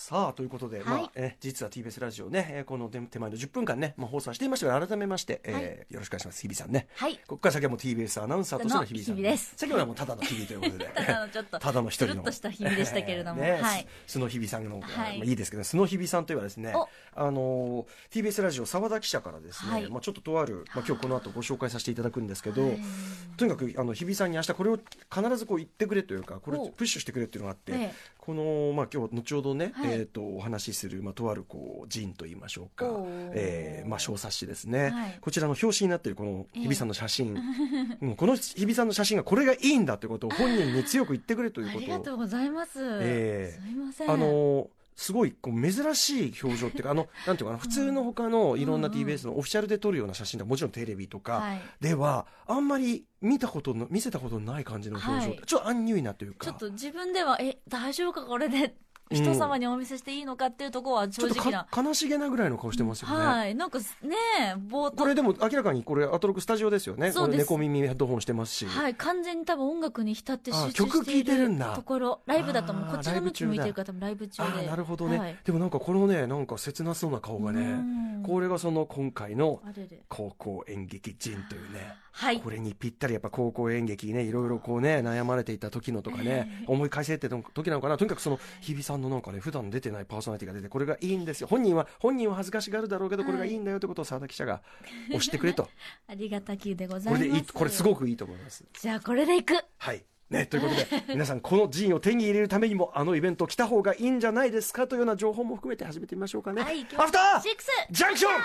さあということで、 はい実は TBS ラジオね、この手前の10分間ね、放送していましたが、改めまして、よろしくお願いします。日比さんね。 はい。 ここから先はもう TBS アナウンサーとしての日比さん、 日比です。 先ほどはもうただの日比ということで、 ただのちょっとただの一人のつるっとした日々でしたけれども、 ね、 はい。 素の日比さんの、 はいいいですけど、素の日比さんといえばですね、 お TBS ラジオ澤田記者からですね、 はいちょっととある、今日この後ご紹介させていただくんですけど、 はいとにかく日比さんに明日これを必ずこう言ってくれというか、これをおプッシュしてくれっていうのがあって、 ええこの、今日後ほどね、 はいお話しする、とあるこう人と言いましょうか、 おー小冊子ですね、 はいこちらの表紙になっているこの日比さんの写真、この日比さんの写真がこれがいいんだということを本人に強く言ってくれというあことを、 りがとうございます。 ええすいません。 すごいこう珍しい表情っていうかなんていうかな、普通の他のいろんな TBS のオフィシャルで撮るような写真ではもちろんテレビとかはいではあんまり見せたことのない感じの表情、 はいちょっとアンニュイなというか、 ちょっと自分では大丈夫かこれで人様にお見せしていいのかっていうところは正ちょっと直な。 悲しげなぐらいの顔してますよね、 はい。なんかね、ぼーっとこれでも明らかにこれアトロクスタジオですよね。 そうですこれ猫耳ヘッドホンしてますし、 はい、完全に多分音楽に浸って集中曲聴いしているてるんだところ、ライブだともうこっちのライブ中だ向き向いてるから多分ライブ中で。 なるほどね、 はいでもなんかこのねなんか切なそうな顔がね、これがその今回のあれれ。 高校演劇人というね、 はい。 これにぴったりやっぱ高校演劇ねいろいろこうね悩まれていた時のとかね、思い返せって時なのかな。とにかくその日比さんのなんかね普段出てないパーソナリティが出てこれがいいんですよ。本人は恥ずかしがるだろうけどこれがいいんだよということを澤田記者が押してくれとありがたきでございます。 これでいい、これすごくいいと思います。 じゃあこれでいく。 はいね、ということで皆さんこの陣を手に入れるためにもあのイベント来た方がいいんじゃないですかというような情報も含めて始めてみましょうかね。 はい、 アフターシックスジャンクション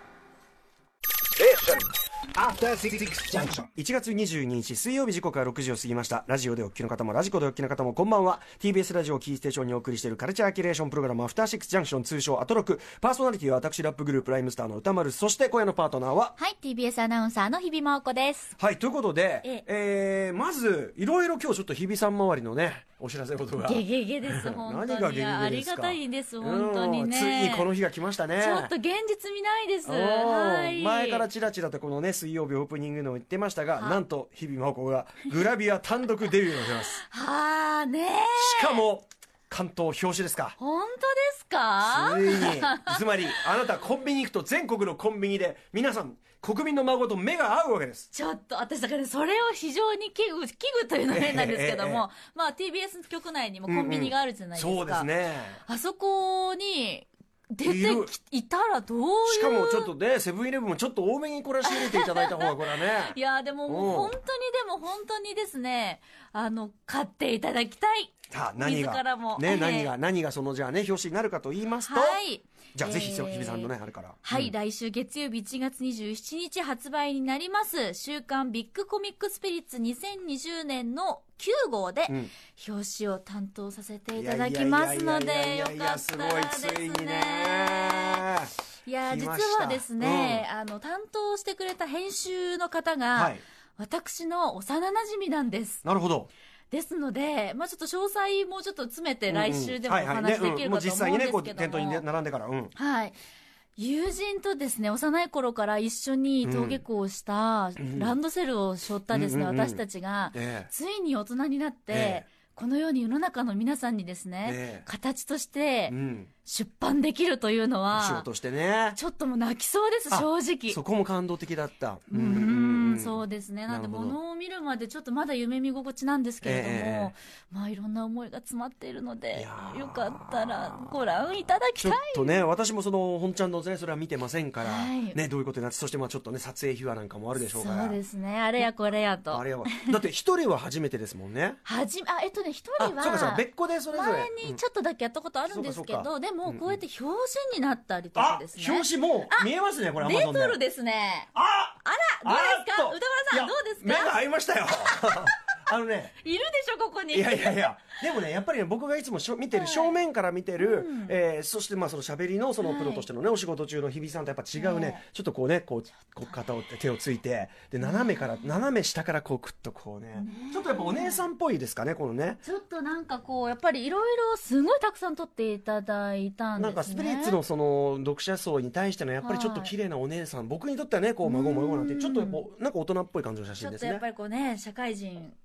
After Six Junction. 1月22日水曜日、時刻は6時を過ぎました。ラジオでお聞きの方もラジコでお聞きの方もこんばんは。 TBS ラジオキーステーションにお送りしているカルチャーキュレーションプログラムアフターシックスジャンクション、通称アトロク。パーソナリティは私ラップグループライムスターの歌丸、そして今夜のパートナーははい、TBS アナウンサーの日比真央子です。 はいということで、まずいろいろ今日ちょっと日比さん周りのねお知らせことがゲゲゲです、本当に。 何がゲゲゲですか。 ありがたいです、本当にね。 ついにこの日が来ましたね。 ちょっと現実見ないです。 はい、 はい。 前からチラチラとこのね水曜日オープニングの言ってましたが、なんと日比真央子がグラビア単独デビューをしますはあねしかも関東表紙ですか。 本当ですか。 ついにつまりあなたコンビニ行くと全国のコンビニで皆さん国民の孫と目が合うわけです。 ちょっと私だからそれを非常に危惧というのは変なんですけども、TBS 局内にもコンビニがあるじゃないですか、 そうですね。 あそこに出ていたらどういう。 しかもちょっとねセブンイレブンもちょっと多めにこれは仕入れていただいた方がこれはねいやでももう本当にですね買っていただきたい。 何が自らもね、何がそのじゃあね表紙になるかと言いますと、 はい、 じゃあぜひ日比さんのねあるからはい、来週月曜日1月27日発売になります週刊ビッグコミックスピリッツ2020年の9号で表紙を担当させていただきますので、よかったらですね。 ついにね。 いや実はですね、担当してくれた編集の方が、私の幼馴染なんです。 なるほど。 ですので、ちょっと詳細もうちょっと詰めて来週でもお話できるかと思うんですけども、 実際にねこう店頭に並んでから、 はい。友人とですね、幼い頃から一緒に登下校したランドセルを背負ったですね、私たちが、ついに大人になって、このように世の中の皆さんにですね、形として出版できるというのは、 仕事してね、 ちょっともう泣きそうです、正直。 そこも感動的だった。 そうですね。なんで物を見るまでちょっとまだ夢見心地なんですけれども、いろんな思いが詰まっているので、よかったらご覧いただきたい。 ちょっとね、私もその本ちゃんのねそれは見てませんから、 ね、 どういうことになって、そしてちょっとね撮影秘話なんかもあるでしょうから。 そうですね。あれやこれやと。 あれやわ。だって一人は初めてですもんね。 一人はそうか別個でそれぞれ前にちょっとだけやったことあるんですけど、でもこうやって表紙になったりとかですね。 表紙もう見えますね、これ。 レトルですね。あら、どうですか、歌丸さん、どうですか。 目が合いましたよ。 いるでしょここに。 いやでもね、やっぱりね、僕がいつも見てる、正面から見てる、そしてその喋りのそのプロとしてのね、お仕事中の日比さんとやっぱ違うね、ちょっとこうね、肩を手をついて、で斜め下からこうクッとこうね、ちょっとやっぱお姉さんっぽいですかね、このね。 ちょっとなんかこうやっぱりいろいろすごいたくさん撮っていただいたんですね。 なんかスピリッツのその読者層に対してのやっぱりちょっと綺麗なお姉さん、僕にとってはね、こう孫なんてちょっとなんか大人っぽい感じの写真ですね。 ちょっとやっぱりこうね、社会人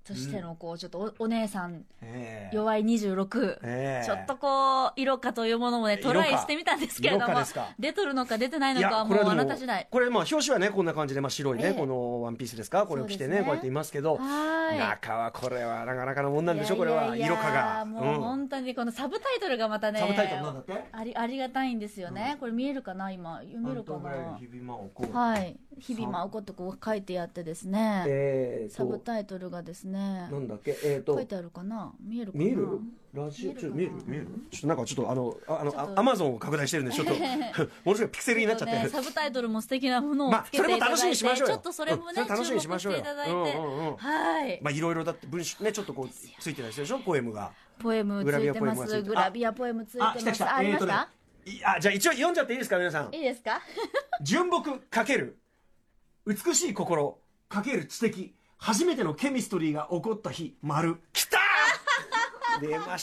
としてのこうちょっと お姉さん、弱い26、ちょっとこう色化というものもねトライしてみたんですけれども、出とるのか出てないのかはもうあなた次第。 これまあ表紙はねこんな感じで、まあ、白いね、このワンピースですか、これを着てねこうやっていますけど、中はこれはなかなかのもんなんでしょ、これは色化が。 もう本当にこのサブタイトルがまたね、 サブタイトルなんだって、 ありがたいんですよね。これ見えるかな、今読めるかな。 日々真央子、 はい、日々真央子とこう書いてあってですね、サブタイトルがですね、 なんだっけ、 書いてあるかな、見えるかな。 見える？ラジオちょっと見える？ちょっとなんかちょっとアマゾンを拡大してるんでちょっとものすごいピクセルになっちゃって、 サブタイトルも素敵なものをつけていただいて、 それも楽しみにしましょうよ。 ちょっとそれもね、 楽しみにしましょうよ。 注目していただいて、はい。 まあいろいろだって文章ねちょっとこうついてたりするでしょ、ポエムが。 ポエムついてます。グラビアポエムついてます。ありました？ じゃあ一応読んじゃっていいですか、皆さん。 いいですか？ 純朴×美しい心×知的、初めてのケミストリーが起こった日、丸。きたー出ました。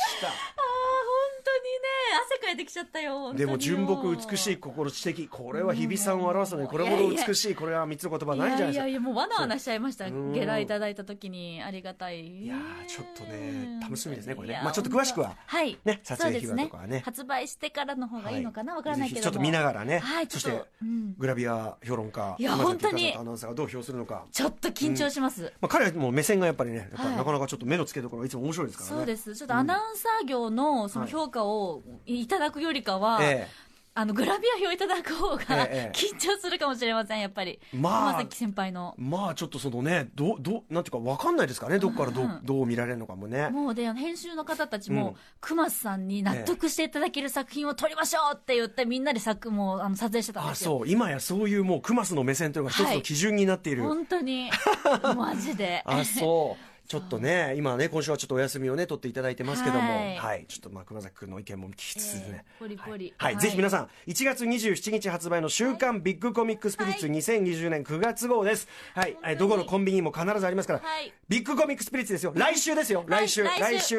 汗かいてきちゃったよ。 でも純朴美しい心知的、これは日比さんを表すのにこれほど美しい、これは3つの言葉ないんじゃないですか。 いやもうわなわなしちゃいました。ゲラいただいた時にありがたい。 いやちょっとね楽しみですねこれね。まあちょっと詳しくはね、撮影秘話とかはね発売してからの方がいいのかな、わからないけども、 ちょっと見ながらね。そしてグラビア評論家本当にアナウンサーがどう評するのかちょっと緊張します。 彼はもう目線がやっぱりね、なかなかちょっと目の付けどころがいつも面白いですからね。 そうです。ちょっとアナウンサー業のその評価をいただくよりかは、グラビア表いただく方が緊張するかもしれません、やっぱり。浜崎先輩の。まあちょっとそのね、なんていうか分かんないですかね、どこからどう見られるのかもね。 もうで、編集の方たちも、熊須さんに納得していただける作品を撮りましょうって言って、みんなでもう撮影してたんですよ。 そう、今やそういうもう熊須の目線というのが一つの基準になっている。 本当に。マジで。 そう。ちょっとね、今ね、今週はちょっとお休みをね、取っていただいてますけども、ちょっと熊崎君の意見も聞きつつね。 ポリポリ。 ぜひ皆さん、1月27日発売の週刊ビッグコミックスピリッツ2020年9月号です。どこのコンビニにも必ずありますから、ビッグコミックスピリッツですよ。来週ですよ。来週です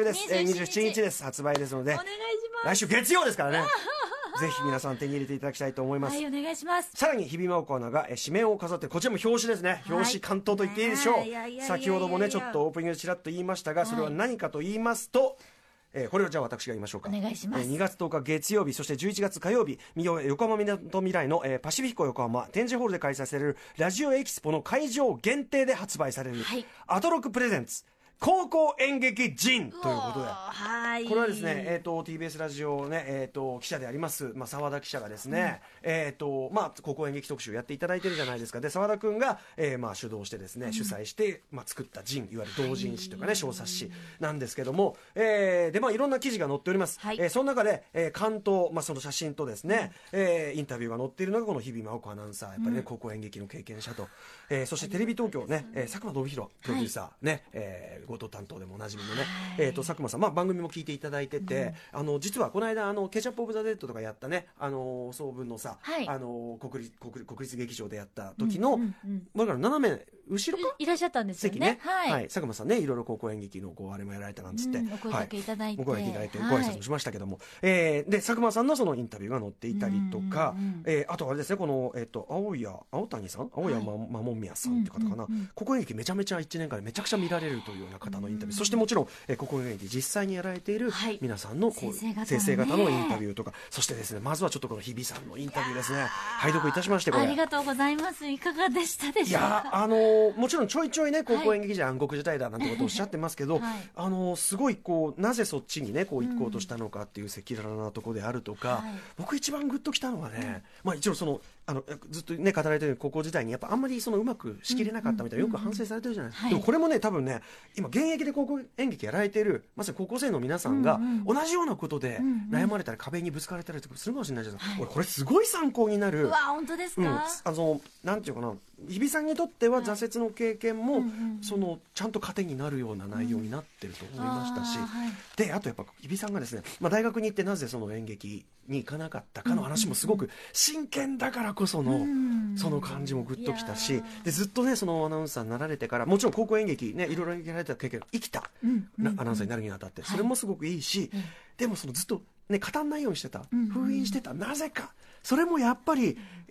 。27日です。発売ですので。お願いします。来週月曜ですからね。ぜひ皆さん手に入れていただきたいと思います。 はい、お願いします。 さらに日比真央子アナが紙面を飾って、こちらも表紙ですね。表紙関東と言っていいでしょう。先ほどもねちょっとオープニングでちらっと言いましたが、それは何かと言いますと、これをじゃあ私が言いましょうか。 お願いします。 2月10日月曜日、そして11月火曜日、横浜みなとみらいの、パシフィコ横浜展示ホールで開催されるラジオエキスポの会場限定で発売される、アトロックプレゼンツ高校演劇人ということで、これはですね、TBS ラジオね、記者であります、澤田記者がですね、高校演劇特集やっていただいてるじゃないですか。で、澤田君が、主導してですね、主催して、作った人、いわゆる同人誌とかね、小冊子なんですけども、で、いろんな記事が載っております。その中で、関東、その写真とですね、インタビューが載っているのがこの日比真央子アナウンサー、やっぱりね、高校演劇の経験者と、そしてテレビ東京ね、佐久間信弘プロデューサーね、ご当担当でもおなじみのね、佐久間さん、番組も聞いていただいてて、実はこの間ケチャップオブザデッドとかやったね、総分のさ、国立劇場でやった時の、だから斜め後ろかいらっしゃったんですよね。 佐久間さんね、いろいろ高校演劇のあれもやられたなんつって、 お声掛けいただいて、 ご挨拶もしましたけども、で佐久間さんのそのインタビューが載っていたりとか、あとあれですね、この青谷さん、青山守宮さんって方かな、高校演劇めちゃめちゃ1年間でめちゃくちゃ見られるというような方のインタビュー、そしてもちろん高校演劇実際にやられている皆さんの先生方のインタビューとか、そしてですね、まずはちょっとこの日比さんのインタビューですね、拝読いたしまして、これありがとうございます。いかがでしたでしょうか。 いや、もちろんちょいちょいね、高校演劇じゃ暗黒時代だなんてことをおっしゃってますけど、すごいこうなぜそっちにねこう行こうとしたのかっていう赤裸々なところであるとか、僕一番グッときたのはね、一応そのずっとね語られてる高校時代にやっぱあんまりそのうまくしきれなかったみたいな、よく反省されてるじゃないですか。でもこれもね、多分ね、今現役で高校演劇やられているまさに高校生の皆さんが同じようなことで悩まれたり壁にぶつかれたりとかするかもしれないじゃないですか。俺これすごい参考になる。 うわ、本当ですか。 なんていうかな、日比さんにとっては挫折の経験もそのちゃんと糧になるような内容になってると思いましたし、であとやっぱ日比さんがですね、大学に行ってなぜその演劇に行かなかったかの話もすごく真剣だからこそのその感じもグッときたし、でずっとねそのアナウンサーになられてから、もちろん高校演劇ねいろいろやられた経験が生きたアナウンサーになるにあたってそれもすごくいいし、でもそのずっとね語んないようにしてた、封印してた、なぜかそれもやっぱり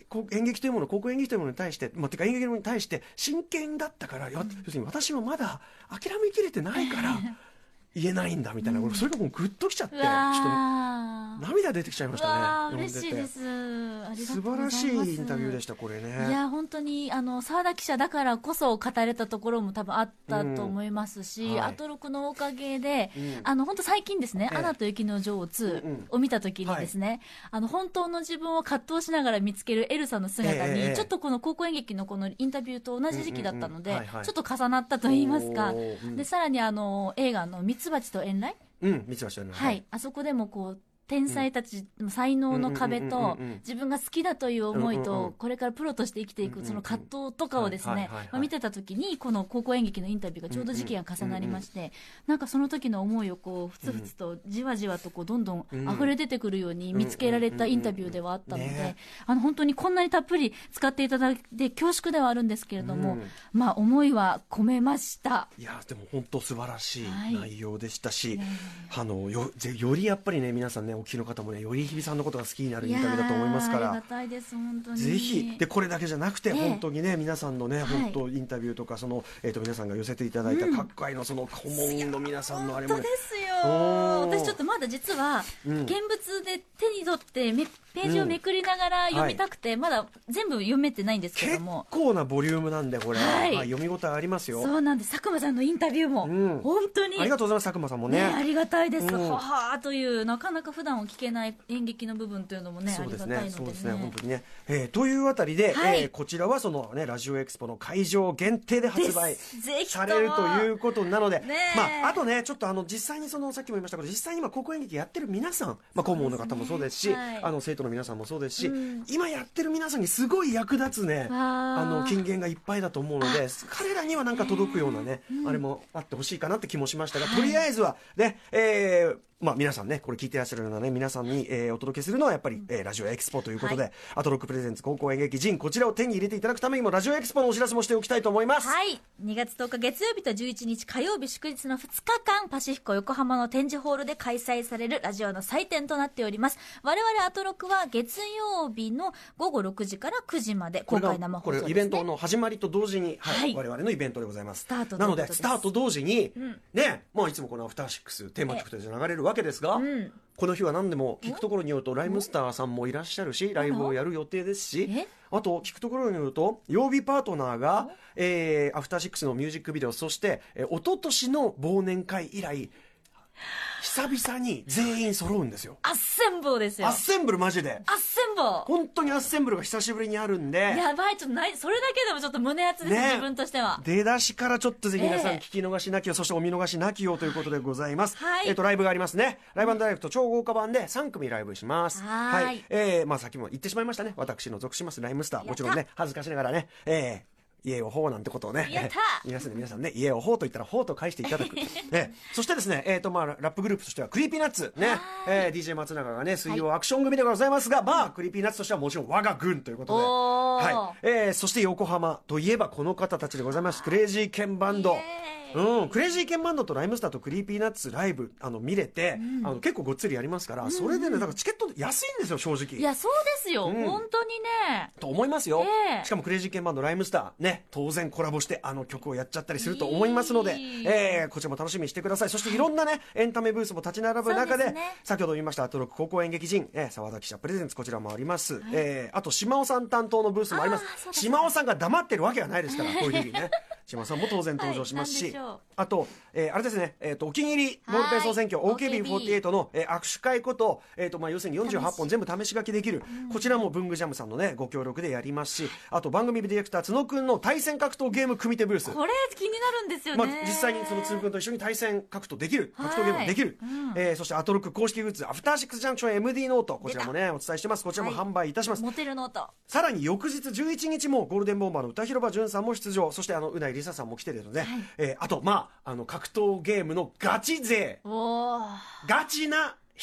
演劇というもの、高校演劇というものに対して、てか演劇に対して真剣だったから、要するに私はまだ諦めきれてないから言えないんだみたいな、それがもうグッときちゃって、ちょっと涙出てきちゃいましたね。 嬉しいです。ありがとうございます。 素晴らしいインタビューでした、これね。 いや本当に澤田記者だからこそ語れたところも多分あったと思いますし、アトロクのおかげで、本当最近ですね、アナと雪の女王2を見た時にですね、本当の自分を葛藤しながら見つけるエルサの姿に、ちょっとこの高校演劇のこのインタビューと同じ時期だったので、ちょっと重なったと言いますか、でさらに映画のミツバチと遠雷、 ミツバチと遠雷、 はい、あそこでもこう天才たちの才能の壁と自分が好きだという思いとこれからプロとして生きていくその葛藤とかをですね見てた時にこの高校演劇のインタビューがちょうど時期が重なりまして、なんかその時の思いをこうふつふつとじわじわとこうどんどん溢れ出てくるように見つけられたインタビューではあったので、本当にこんなにたっぷり使っていただいて恐縮ではあるんですけれども、まあ思いは込めました。 いやでも本当素晴らしい内容でしたし、よりやっぱりね皆さんねお聞きの方もねより日比さんのことが好きになるインタビューだと思いますから、 ありがたいです本当に。 ぜひでこれだけじゃなくて、本当にね皆さんのね本当インタビューとかその皆さんが寄せていただいた各界のその顧問の皆さんのあれもね、 本当ですよ。私ちょっとまだ実は現物で手に取ってページをめくりながら読みたくて、まだ全部読めてないんですけども、 結構なボリュームなんでこれ、読み応えありますよ。 そうなんです。佐久間さんのインタビューも、本当にありがとうございます。佐久間さんもねありがたいです。ははというなかなか普段は聞けない演劇の部分というのもね、ありがたいのでね。 そうですね本当にね、というあたりで、こちらはそのねラジオエクスポの会場限定で発売されるということなので、あとねちょっと実際にそのさっきも言いましたけど、実際に今高校演劇やってる皆さん、顧問の方もそうですし、生徒の皆さんもそうですし、今やってる皆さんにすごい役立つね金言がいっぱいだと思うので、彼らにはなんか届くようなね、あれもあってほしいかなって気もしましたが、とりあえずはね、皆さんねこれ聞いてらっしゃるようなね皆さんに、お届けするのはやっぱり、ラジオエキスポということで、アトロックプレゼンツ高校演劇陣、こちらを手に入れていただくためにもラジオエキスポのお知らせもしておきたいと思います。 はい、2月10日月曜日と11日火曜日祝日の2日間パシフィコ横浜の展示ホールで開催されるラジオの祭典となっております。我々アトロックは月曜日の午後6時から9時まで公開生放送ですね。 これイベントの始まりと同時に、我々のイベントでございます。なのでスタート同時に、ね、いつもこのアフターシックステーマ曲として流れるわけですが、この日は何でも聞くところによるとライムスターさんもいらっしゃるし、ライブをやる予定ですし、あと聞くところによると曜日パートナーが、アフターシックスのミュージックビデオ、そして一昨年の忘年会以来久々に全員揃うんですよ。 アッセンブルですよ。 アッセンブルマジで。 アッセンブル。 本当にアッセンブルが久しぶりにあるんで。 やばい、ちょっとそれだけでもちょっと胸熱です、ね、自分としては。 出だしからちょっとぜひ皆さん聞き逃しなきよ、そしてお見逃しなきよということでございます。ライブがありますね。ライブ&ダイレクト超豪華版で3組ライブします。はい。さっきも言ってしまいましたね。私の属しますライムスター。もちろんね、恥ずかしながらね、家をほうなんてことをね、皆さんね、家をほうと言ったらほうと返していただく。そしてですね、ラップグループとしてはクリーピーナッツね、DJ 松永がね、水曜アクション組でございますが、クリーピーナッツとしてはもちろん我が軍ということで、そして横浜といえばこの方たちでございます。クレイジーケンバンド。クレイジーケンバンドとライムスターとクリーピーナッツライブ見れて、結構ごっつりやりますから、それでねだからチケット安いんですよ正直。 いやそうですよ、本当にねと思いますよ。しかもクレイジーケンバンドライムスターね、当然コラボして曲をやっちゃったりすると思いますので、こちらも楽しみにしてください。そしていろんなねエンタメブースも立ち並ぶ中で、先ほど言いましたアトロック高校演劇陣、澤田記者プレゼンツこちらもあります。あと島尾さん担当のブースもあります。島尾さんが黙ってるわけがないですからこういう時にね島尾さんも当然登場しますし、あとあれですね、お気に入りボールペン総選挙 OKB48 の握手会こと、要するに48本全部試し書きできる、こちらも文具ジャムさんのねご協力でやりますし、あと番組ディレクター角くんの対戦格闘ゲーム組手ブース、 これ気になるんですよね。 実際にその角くんと一緒に対戦格闘できる、格闘ゲームができる、そしてアトロック公式グッズアフターシックスジャンクション MD ノート、こちらもねお伝えしてます。こちらも販売いたします。 モテるノート。 さらに翌日11日もゴールデンボンバーの歌広場淳さんも出場、そしてうないりささんも来てるので、あと格闘ゲームのガチ勢、ガチな人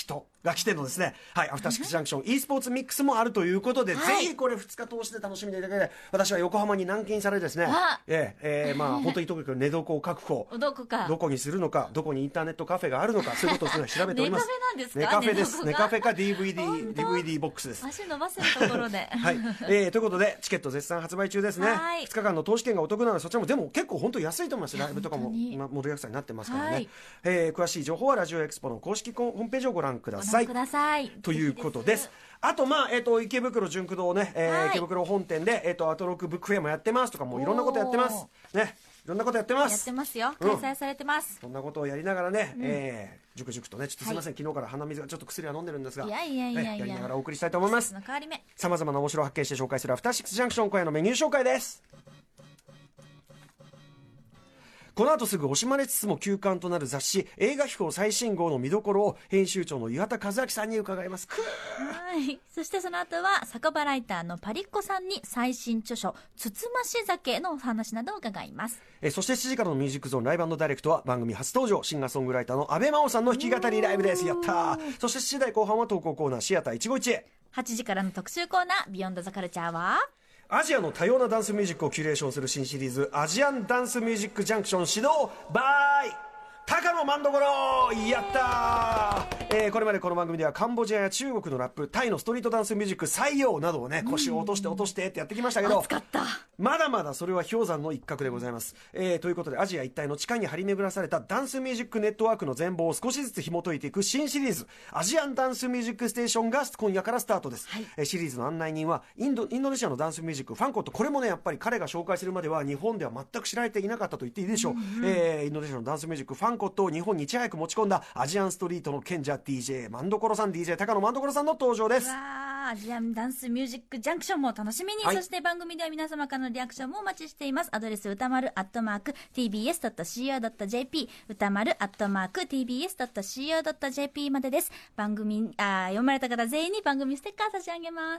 が来てのですね、はい、アフターシックスジャンクション e スポーツミックスもあるということで、 はいぜひこれ2日通して楽しみでいただけて、私は横浜に軟禁されですね、まあ本当にとにかく寝床を確保、 どこかどこにするのか、どこにインターネットカフェがあるのか、そういうことを調べております。 ネカフェなんですか？ ネカフェです。 寝床がネカフェか DVD ボックスです。 足伸ばせるところではい、ということでチケット絶賛発売中ですね。 はい 2日間の投資券がお得なので、そちらもでも結構本当安いと思います。 いやライブとかも本当に今盛りだくさんになってますからね、 はい詳しい情報はラジオエクスポの公式ホームページをご覧ください。 ご覧くださいということです。あと、まあ池袋純駆堂ね、 はい池袋本店で、アトロックブックフェアもやってますとか、もういろんなことやってますね、いろんなことやってまやっす。 てますよ。 うん開催されてます。 そんなことをやりながらね、塾々とね、ちょっとすみません、昨日から鼻水がちょっと薬は飲んでるんですが、 いやいやいやいややりながらお送りしたいと思います。 その変わり目。 さまざまな面白を発見して紹介するアフターシックスジャンクション、今夜のメニュー紹介です。この後すぐ惜しまれつつも休刊となる雑誌映画秘宝最新号の見どころを編集長の岩田和明さんに伺います。 はい。そしてその後は酒場ライターのパリッコさんに最新著書つつまし酒のお話などを伺います。 そして7時からのミュージックゾーンライブ&ダイレクトは番組初登場シンガーソングライターの阿部真央さんの弾き語りライブです。やったー。そして7時台後半は投稿コーナーシアター一期一会。 8時からの特集コーナービヨンドザカルチャーはアジアの多様なダンスミュージックをキュレーションする新シリーズアジアンダンスミュージックジャンクション始動バイ高野万所。やったー、これまでこの番組ではカンボジアや中国のラップ、タイのストリートダンスミュージック採用などをね、腰を落としてってやってきましたけど、 暑かった。 まだまだそれは氷山の一角でございます、ということでアジア一帯の地下に張り巡らされたダンスミュージックネットワークの全貌を少しずつ紐解いていく新シリーズアジアンダンスミュージックステーションが今夜からスタートです、シリーズの案内人はインドネシアのダンスミュージックファンコット。これもねやっぱり彼が紹介するまでは日本では全く知られていなかったと言っていいでしょう、インドネシアのダンスミュージックファンコットを日本にいち早く持ち込んだアジアンストリートの賢者 DJ 万所さん、 DJ 高野万所さんの登場です。 わー、アジアンダンスミュージックジャンクションも楽しみに、そして番組では皆様からのリアクションもお待ちしています。アドレス歌丸@tbs.co.jp 歌丸@tbs.co.jp までです。番組読まれた方全員に番組ステッカー差し上げます。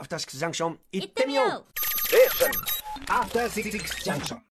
それではアフターシックスジャンクション行行ってみよう。 う。 After 66 junction.